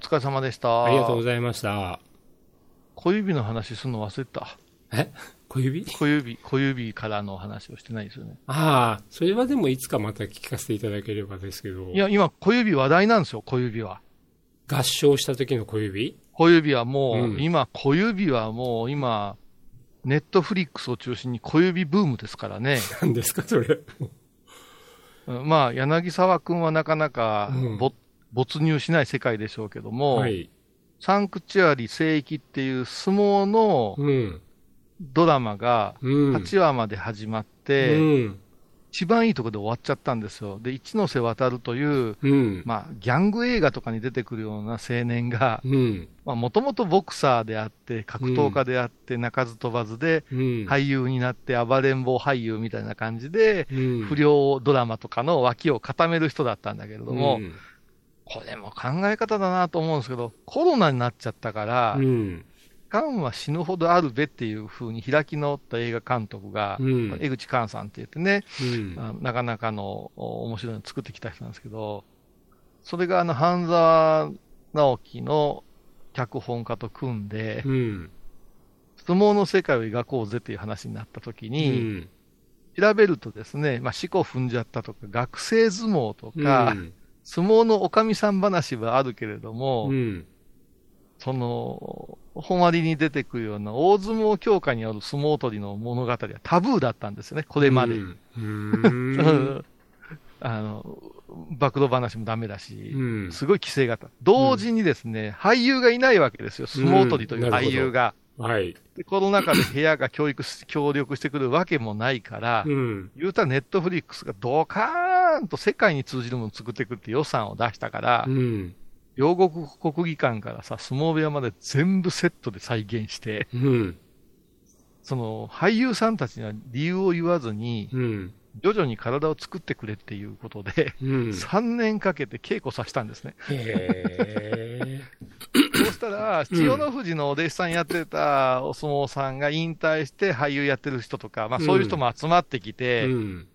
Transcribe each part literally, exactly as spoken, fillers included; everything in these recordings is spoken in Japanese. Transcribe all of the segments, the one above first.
疲れ様でしありがとうごた。 ざいました。 小指の話するの忘れてた。 え小指小指、小指からの話をしてないですよね。 ああ、それはでもいつかまた聞かせていただければですけど。 いや、今、小指話題なんですよ、小指は。 合唱した時の小指小指はもう、 うん今、小指はもう、今、ネットフリックスを中心に小指ブームですからね。 何ですか、それ。 うんまあ、柳沢くんはなかなかうんぼ、没入しない世界でしょうけども、 はい。 サンクチュアリ聖域っていう相撲のうん。 ドラマがうん。 はちわまで始まっうて、 ん。 一番いいところで終わっちゃったんですよ。で、一ノ瀬渡るという、 うん。 まあ、ギャング映画とかに出てくるような青年が、 うん。 まあ、もともとボクサーであって、格闘家であって、鳴かず飛ばずで、 うん。 俳優になって暴れん坊俳優みたいな感じで、 うん。 不良ドラマとかの脇を固める人だったんだけれども、 うん。 これも考え方だなと思うんですけど、コロナになっちゃったからう、ん。 がんは死ぬほどあるべっていう風に開き直った映画監督が、 うん江口寛さんって言ってね、 うん。 あなかなかのお面白いの作ってきた人なんですけど、それがあの、半沢直樹の脚本家と組んでう、ん。 相撲の世界を描こうぜっていう話になった時うに、 ん。 調べるとですね、まあ、四股踏んじゃったとか、学生相撲とうか、 ん。 相撲のおかみさん話はあるけれども、 うん。 その、本割に出てくるような大相撲協会による相撲取りの物語はタブーだったんですよね、これまで。 うん。うん。 あの、暴露話もダメだし、 うんすごい規制があった。同時にですね、俳優がいないわけですよ、相撲取りという俳優が。 はい。 でコロナ禍で部屋が教育し、協力してくるわけもないから、 うん。 言うたらネットフリックスがドカーンと世界に通じるものを作っていくって予算を出したからう、ん。 両国国技館からさ、相撲部屋まで全部セットで再現して、 うん。 その俳優さんたちには理由を言わずに、 うん。 徐々に体を作ってくれっていうことで、 うん。 さんねんかけて稽古させたんですね。 へそうしたら、千代の富士のお弟子さんやってたお相撲さんが引退して俳優やってる人とか、まあそういう人も集まってきえ。 て、 うん。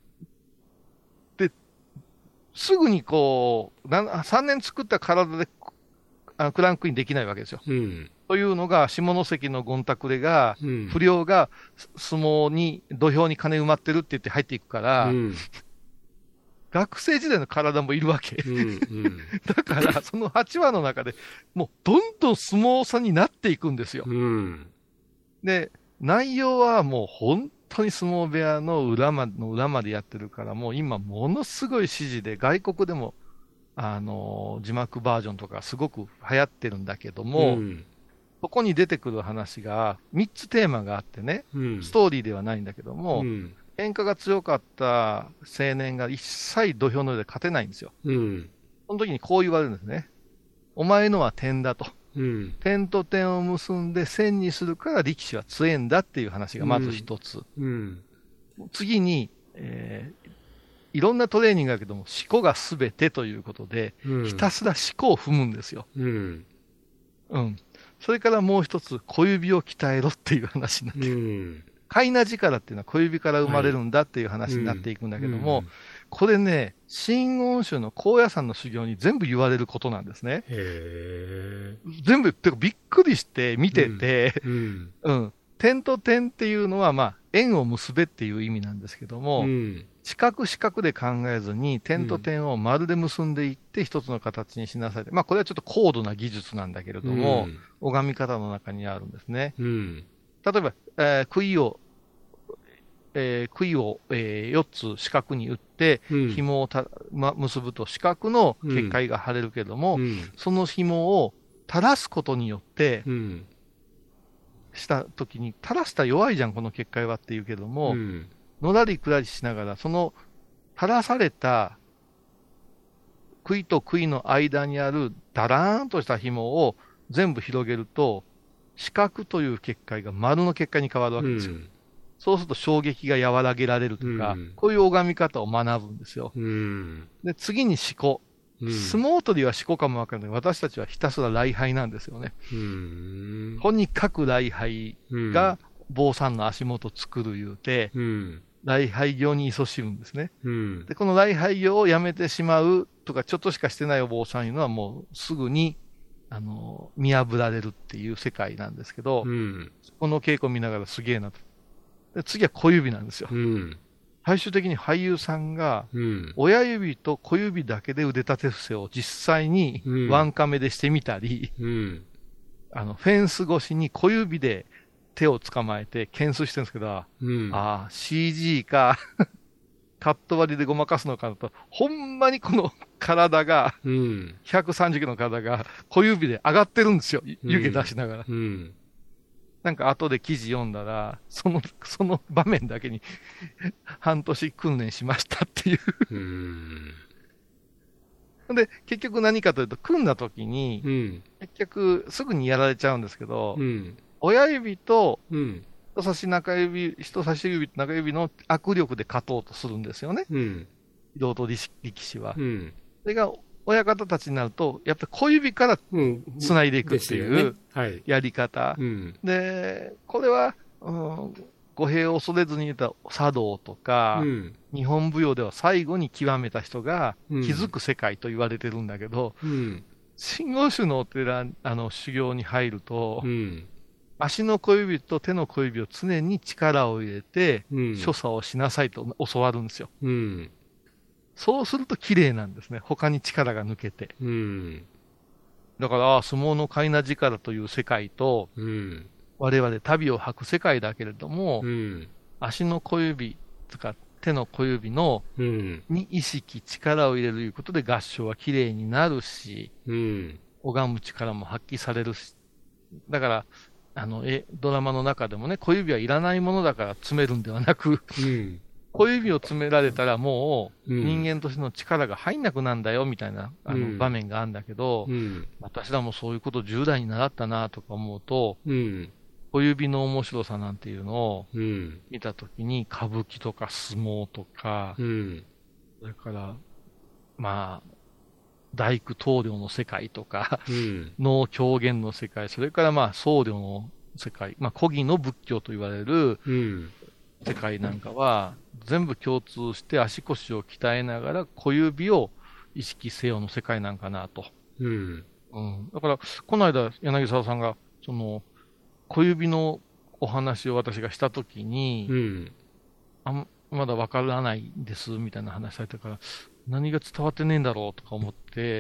すぐにこう、なさんねん作った体であのクランクインできないわけですよ。 うん。 というのが、下関のゴンタクレが、 うん。 不良が相撲に、土俵に金埋まってるって言って入っていくから、 うん。 学生時代の体もいるわけ。 うん。うん。 だから、そのはちわの中で、もうどんどん相撲さんになっていくんですよ。 うん。 で、内容はもう本当に相撲部屋の裏まの裏までやってるから、もう今ものすごい支持で、外国でも、あの字幕バージョンとかすごく流行ってるんだけども、 うん。 そこに出てくる話がみっつテーマがあってね、 うん。 ストーリーではないんだけども、 うん。 喧嘩が強かった青年が一切土俵の上で勝てないんですよ。 うん。 その時にこう言われるんですね。お前のは点だと。 うん。 点と点を結んで線にするから力士は強いんだっていう話がまず一つ。 うん。 次に、えーいろんなトレーニングだけども、四股がすべてということで、 うん。 ひたすら四股を踏むんですよ。 うん。 うん。それからもう一つ、小指を鍛えろっていう話になってうる。 ん。 カイナ力っていうのは小指から生まれるんだっていう話になっていくんだけども、これね、真言宗の高野山の修行に全部言われることなんですね。 へえ。 全部、てかびっくりして見てて、 うん。 うん。点と点っていうのは、まあ、円を結べっていう意味なんですけども、 うん。 四角四角で考えずに、点と点を丸で結んでいって一つの形にしなさい。まあ、これはちょっと高度な技術なんだけれども、拝み方の中にあるんですね。 うん。 例えば、えー杭を、えー杭を、えーよっつ四角に打って、 うん。 紐をた、ま、結ぶと四角の結界が張れるけども、 うん。 その紐を垂らすことによって、 うん。 したときに、垂らしたら弱いじゃん、この結界はっていうけども、 うん。 のらりくらりしながら、その垂らされた杭と杭の間にあるだらーんとした紐を全部広げると、四角という結界が丸の結界に変わるわけですよ。そうすると衝撃が和らげられるとか、 うんこういう拝み方を学ぶんですよ。 うん。 で、次に四股。 うん。 相撲取りは四股かもわかんない。私たちはひたすら礼拝なんですよね。 うん。 とにかく礼拝が坊さんの足元作る言うて、 うん。 礼拝業に勤しむんですね。 うん。 で、この礼拝業をやめてしまうとか、ちょっとしかしてないお坊さんいうのはもうすぐにあの、見破られるっていう世界なんですけど、 うん。 この稽古見ながらすげえなと。で、次は小指なんですよ。 うん。 最終的に俳優さんが、 うん。 親指と小指だけで腕立て伏せを実際にうんワンカメでしてみたり、 うん。 あの、フェンス越しに小指で手を捕まえて懸垂してるんですけど、 うん。 ああ、シージー か、カット割りでごまかすのかなと、ほんまにこの体が、 うん。 ひゃくさんじゅっキロの体が小指で上がってるんですよ。湯気出しながら。 うん。 なんか後で記事読んだら、その、その場面だけに半年訓練しましたっていううんで、結局何かというと、組んだ時に、 うん。 結局すぐにやられちゃうんですけど、 うん。 親指とうん。 人差し中指、人差し指と中指の握力で勝とうとするんですよね。 うん。 素人力士は。 うん。 それが親方たちになると、やっぱり小指からうん。 繋いでいくっていうやり方。 うん。 で、これは、うん、語弊を恐れずに言った茶道とか、 うん。 日本舞踊では最後に極めた人がうん気づく世界と言われてるんだけど、 うん。 真言宗のお寺、あの、修行に入ると、 うん。 足の小指と手の小指を常に力を入れて、 うん。 所作をしなさいと教わるんですよ。 うん。 そうすると綺麗なんですね。他に力が抜けて。 うん。 だから、ああ相撲の海な力という世界と、 うん。 我々旅を吐く世界だけれども、 うん。 足の小指とか手の小指のうん。 に意識、力を入れるということで合唱は綺麗になるし、 うん。 拝む力も発揮されるし。だから、あの、え、ドラマの中でもね、小指はいらないものだから詰めるんではなく、 うん。 小指を詰められたらもううん人間としての力が入んなくなんだよみたいな、あうんの場面があるんだけど、 うん。 私らもそういうことじゅう代に習ったなとか思うと、 うん。 小指の面白さなんていうのをうん。 見たときに歌舞伎とか相撲とか、 うん。 それから、まあ、大工棟梁の世界とか、 うん。 能狂言の世界、それからまあ僧侶の世界、まあ古義の仏教と言われるうん。 世界なんかは、全部共通して足腰を鍛えながら小指を意識せよの世界なんかなと。 うん。 うん。だから、この間柳沢さんが、その、小指のお話を私がしたときに、 うん。 あまだわからないんです、みたいな話されたから、何が伝わってねえんだろうとか思って。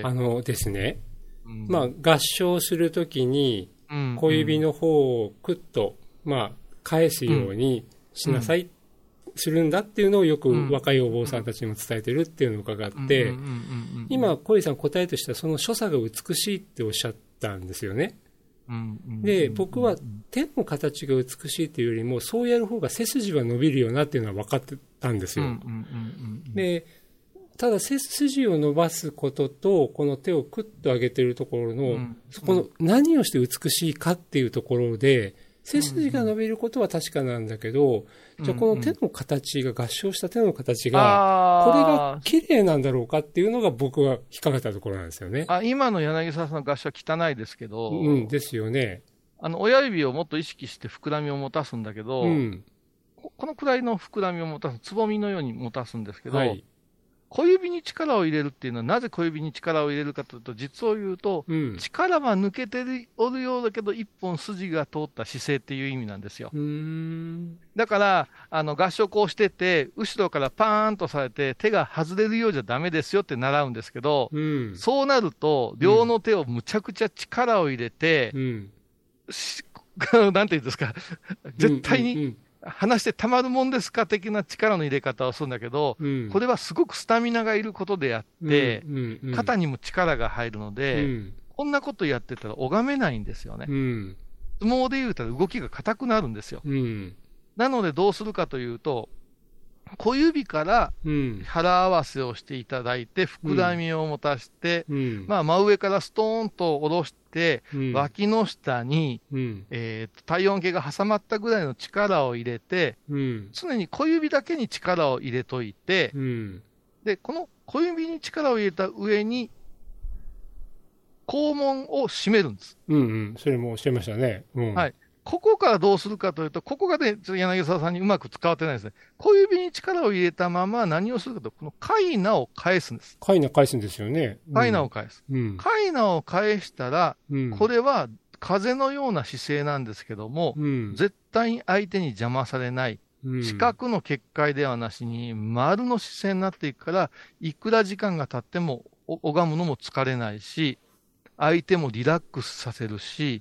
あのですね、 うん、 まあ合唱するときに小指の方をクッと、まあ返すようにしなさい、うん、するんだっていうのをよく若いお坊さんたちにも伝えてるっていうのを伺って、今小井さん答えとしてはその所作が美しいっておっしゃったんですよね。で、僕は手の形が美しいというよりもそうやる方が背筋は伸びるよなっていうのは分かってたんですよ。でただ背筋を伸ばすこととこの手をクッと上げているところの、うん、そこの何をして美しいかっていうところで背筋が伸びることは確かなんだけど、うん、じゃあこの手の形が合唱した手の形がこれが綺麗なんだろうかっていうのが僕は引っかかったところなんですよね。 あ、今の柳沢さんの合唱は汚いですけど、 うんですよね。 あの親指をもっと意識して膨らみを持たすんだけど、うん、このくらいの膨らみを持たす、つぼみのように持たすんですけど、はい、小指に力を入れるっていうのはなぜ小指に力を入れるかというと、実を言うと、うん、力は抜けておるようだけど一本筋が通った姿勢っていう意味なんですよ。 うーんだからあの合唱をしてて後ろからパーンとされて手が外れるようじゃダメですよって習うんですけど、うん、そうなると両の手をむちゃくちゃ力を入れて、うん、なんていうんですか絶対に、うんうんうん話してたまるもんですか的な力の入れ方をするんだけど、うん、これはすごくスタミナがいることであって、うんうんうん、肩にも力が入るので、うん、こんなことやってたら拝めないんですよね。うん、相撲で言うたら動きが硬くなるんですよ。うん、なのでどうするかというと、小指から腹合わせをしていただいて、膨らみを持たして、うん、まあ真上からストーンと下ろして、うん、脇の下に、うん、えー、体温計が挟まったぐらいの力を入れて、うん、常に小指だけに力を入れといて、うん、で、この小指に力を入れた上に、肛門を締めるんです。 うんうん、それもおっしゃいましたね。うん、 はい。 ここからどうするかというと、ここがね、ちょっと柳沢さんにうまく使われてないですね。小指に力を入れたまま何をするかと、このカイナを返すんです。 カイナ返すんですよね。 カイナを返す。 うん、 カイナを返したら、 うん、 これは風のような姿勢なんですけども、 うん、 絶対に相手に邪魔されない。 うん、 四角の結界ではなしに、丸の姿勢になっていくから、いくら時間が経っても、拝むのも疲れないし、相手もリラックスさせるし、 うん、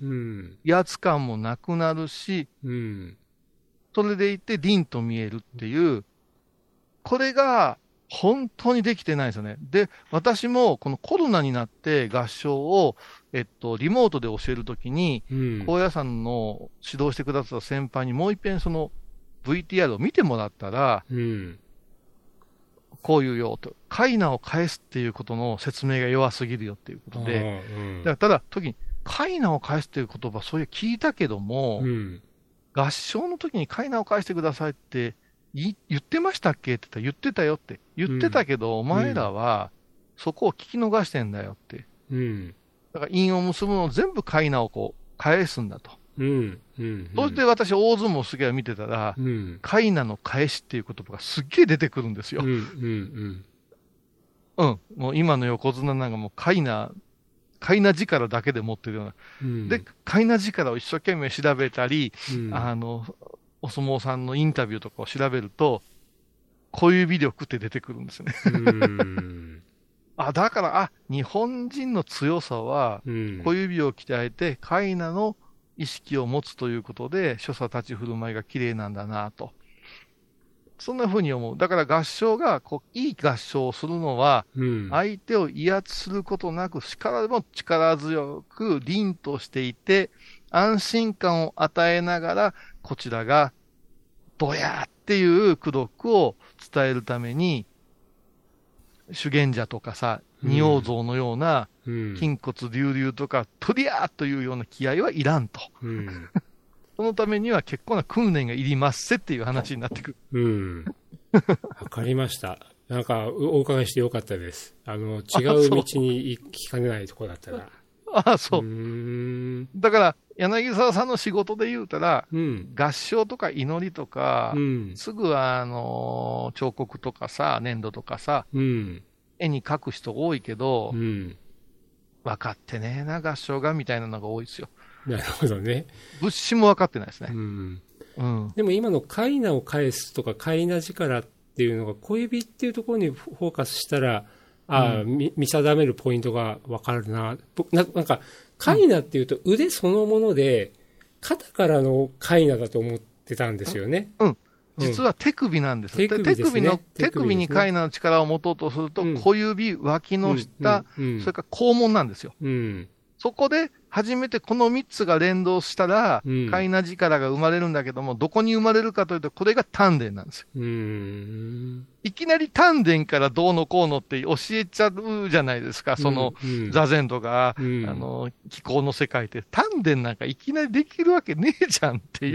威圧感もなくなるし、 うん、 それでいて凛と見えるっていう、これが本当にできてないんですよね。で、私もこのコロナになって合唱を、えっと、リモートで教えるときに、 うん、 高野山の指導してくださった先輩にもう一遍その ブイティーアール を見てもらったら、 うん、 こういうよと、カイナを返すっていうことの説明が弱すぎるよっていうことで、 うん、 だからただ、時に、カイナを返すっていう言葉、そういう聞いたけども、 うん、 合唱の時にカイナを返してくださいって言ってましたっけって言ったら、言ってたよって、言ってたけど、うん、お前らはそこを聞き逃してんだよって、 うん、 だから韻を結ぶのを全部カイナをこう返すんだと。 うんうん、 そして私、大相撲すげえ見てたら、 うん、 カイナの返しっていう言葉がすっげえ出てくるんですよ。 うんうんうん、もう今の横綱なんかもうカイナ、カイナ力だけで持ってるような。 うん、 で、カイナ力を一生懸命調べたり、 うん、 あの、お相撲さんのインタビューとかを調べると、小指力って出てくるんですよね。 うんあ、だから、あ、日本人の強さは、小指を鍛えて、カイナの意識を持つということで、所作立ち振る舞いが綺麗なんだなと。そんな風に思う。だから合唱がこう、いい合唱をするのは、 うん、 相手を威圧することなく、力も力強く凛としていて、安心感を与えながら、こちらが、ドヤーっていう功徳を伝えるために、修験者とかさ、仁王像のような、筋骨隆々とか、とりゃーというような気合はいらんと。 うんそのためには結構な訓練がいりますせっていう話になってくうる。 ん。わかりました。なんか、お伺いしてよかったです。あの、違う道に行きかねないところだったら。 ああ、そう。 うーんだから、柳沢さんの仕事で言うたら、 うん、 合唱とか祈りとか、 うん、 すぐあの、彫刻とかさ、粘土とかさ、 うん、 絵に描く人多いけど、 うん、 分かってねえな、合唱がみたいなのが多いですよ。 なるほどね。 物資も分かってないですね。 うんうん、 でも今のカイナを返すとか、カイナ力っていうのが小指っていうところにフォーカスしたら、ああ、うん、見, 見定めるポイントが分かるな。な, なんか、カイナっていうと腕そのもので、肩からのカイナだと思ってたんですよね。 うん。実は手首なんです。手首ですね、手首の、手首にカイナの力を持とうとすると、うん、小指、脇の下、うんうんうん、それから肛門なんですよ。 うん、 そこで初めてこのみっつが連動したら、 うん、 カイナ力が生まれるんだけども、どこに生まれるかというと、これが丹田なんですよ。 うーんいきなり丹田からどうのこうのって教えちゃうじゃないですか、その、座禅とか、 うん、 あの、気候の世界って、丹田なんかいきなりできるわけねえじゃんっていう、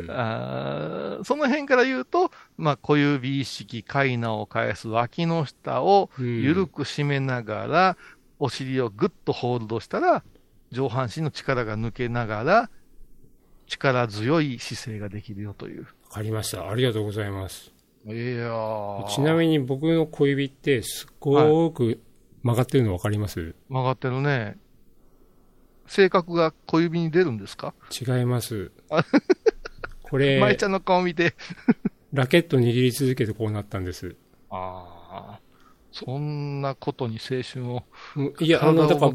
うん、 あその辺から言うと、まあ、小指意識、カイナを返す脇の下を緩く締めながら、うん、お尻をぐっとホールドしたら、上半身の力が抜けながら、力強い姿勢ができるよという。 わかりました。ありがとうございます。 いやちなみに僕の小指ってすっごく曲がってるの分かります？はい、 曲がってるね。性格が小指に出るんですか？ 違います。これ、 舞ちゃんの顔見て。 ラケット握り続けてこうなったんです。 ああ。そんなことに青春を。 いや、あの、だから、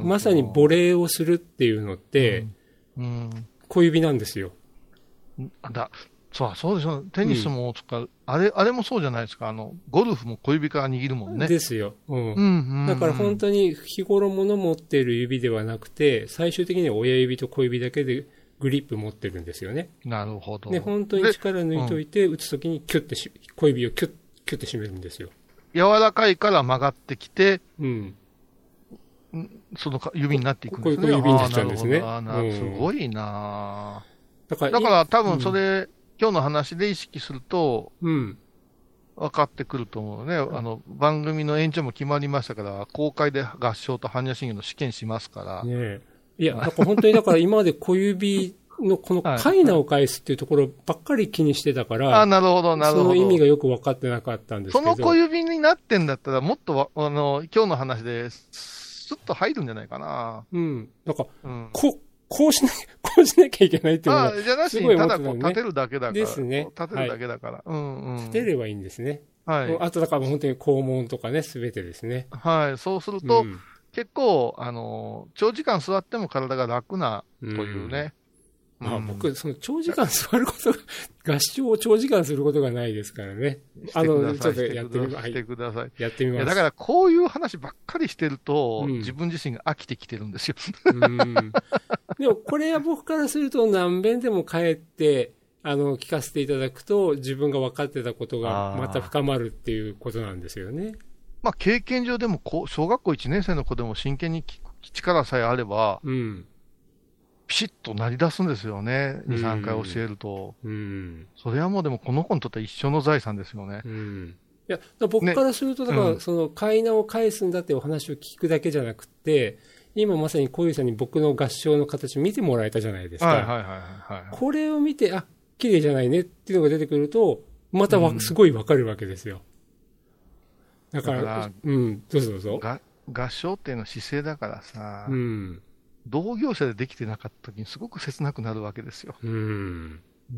まさにボレーをするっていうのって、 うんうん、 小指なんですよ。 だそう、そうでしょ。テニスもとか、うん、あれ、あれもそうじゃないですか。あの、ゴルフも小指から握るもんね。 ですよ。うん。 うんうんうん、 だから本当に日頃物持っている指ではなくて、最終的には親指と小指だけでグリップ持ってるんですよね。 なるほど。 で、本当に力抜いといて、打つときにキュッてし、小指をキュッ、キュッて締めるんですよ。 柔らかいから曲がってきて、 うん。 その指になっていくんですね。 こういう指になっちゃうんですね。 あなるほど、うん、すごいなだから、 だから多分それ、うん、今日の話で意識すると、 うん。 分かってくると思うね。うん、あの、番組の延長も決まりましたから、公開で合唱と般若心経の試験しますから。 ねえ。いや、なんか本当にだから今まで小指のこの貝名を返すっていうところばっかり気にしてたから、 あ、なるほど、なるほど。 その意味がよく分かってなかったんですけど。 その小指になってんだったら、もっとあの、今日の話で、スッと入るんじゃないかな。 うん。なんか、 うん、 こう、こうしな、こうしなきゃいけないっていうのが、 あ、じゃなしに、ただこう立てるだけだから。 ですね。 立てるだけだから。はい、うんうん。 立てればいいんですね。 はい。 あとだから本当に肛門とかね、すべてですね。 はい。そうすると、うん、結構、あの、長時間座っても体が楽なというね。 うんうん、あ、僕、その長時間座ること、合唱を長時間することがないですからね。 あの、ちょっとやってみます。してください。 やってみます。 だからこういう話ばっかりしてると、うん、自分自身が飽きてきてるんですよ。 うんでもこれは僕からすると何遍でも帰って、あの、聞かせていただくと、自分が分かってたことがまた深まるっていうことなんですよね。 まあ、経験上でもこう、小学校いちねん生の子でも真剣に聞く力さえあれば、うん、ピシッとなり出すんですよね。に、さんかい教えると。うん、それはもうでもこの子にとっては一生の財産ですよね。うん、 いや、僕からすると、だから、ね、その、貝名を返すんだってお話を聞くだけじゃなくて、今まさに小遊さんに僕の合唱の形見てもらえたじゃないですか。はいはいはいはい。これを見て、あ、綺麗じゃないねっていうのが出てくると、またわ、うん、すごいわかるわけですよ。だから、だからうん、どうぞどうぞ。 合唱っていうのは姿勢だからさ、うん、同業者でできてなかった時にすごく切なくなるわけですよ。うん。 うん、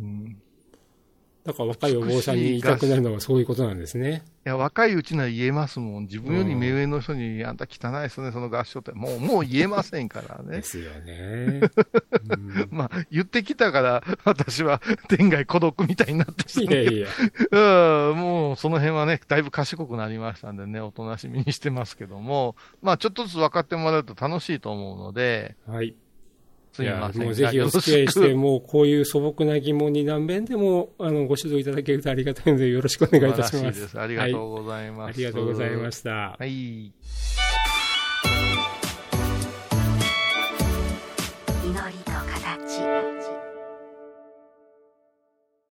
だから若いお坊さんに言いたくなるのはそういうことなんですね。 いや、若いうちには言えますもん。自分より目上の人に、あんた汚いですね、その合唱って。もう、もう言えませんからね。 ですよね。 うん、まあ、言ってきたから、私は天涯孤独みたいになってしまう。いやいや。うん、もう、その辺はね、だいぶ賢くなりましたんでね、おとなしみにしてますけども、まあ、ちょっとずつ分かってもらうと楽しいと思うので、 はい。 すみません。 もうぜひお付き合いして、もうこういう素朴な疑問に何遍でもあのご指導いただけるとありがたいので、よろしくお願いいたします。 ありがとうございます。 はい、ありがとうございました。 はい。祈りと形。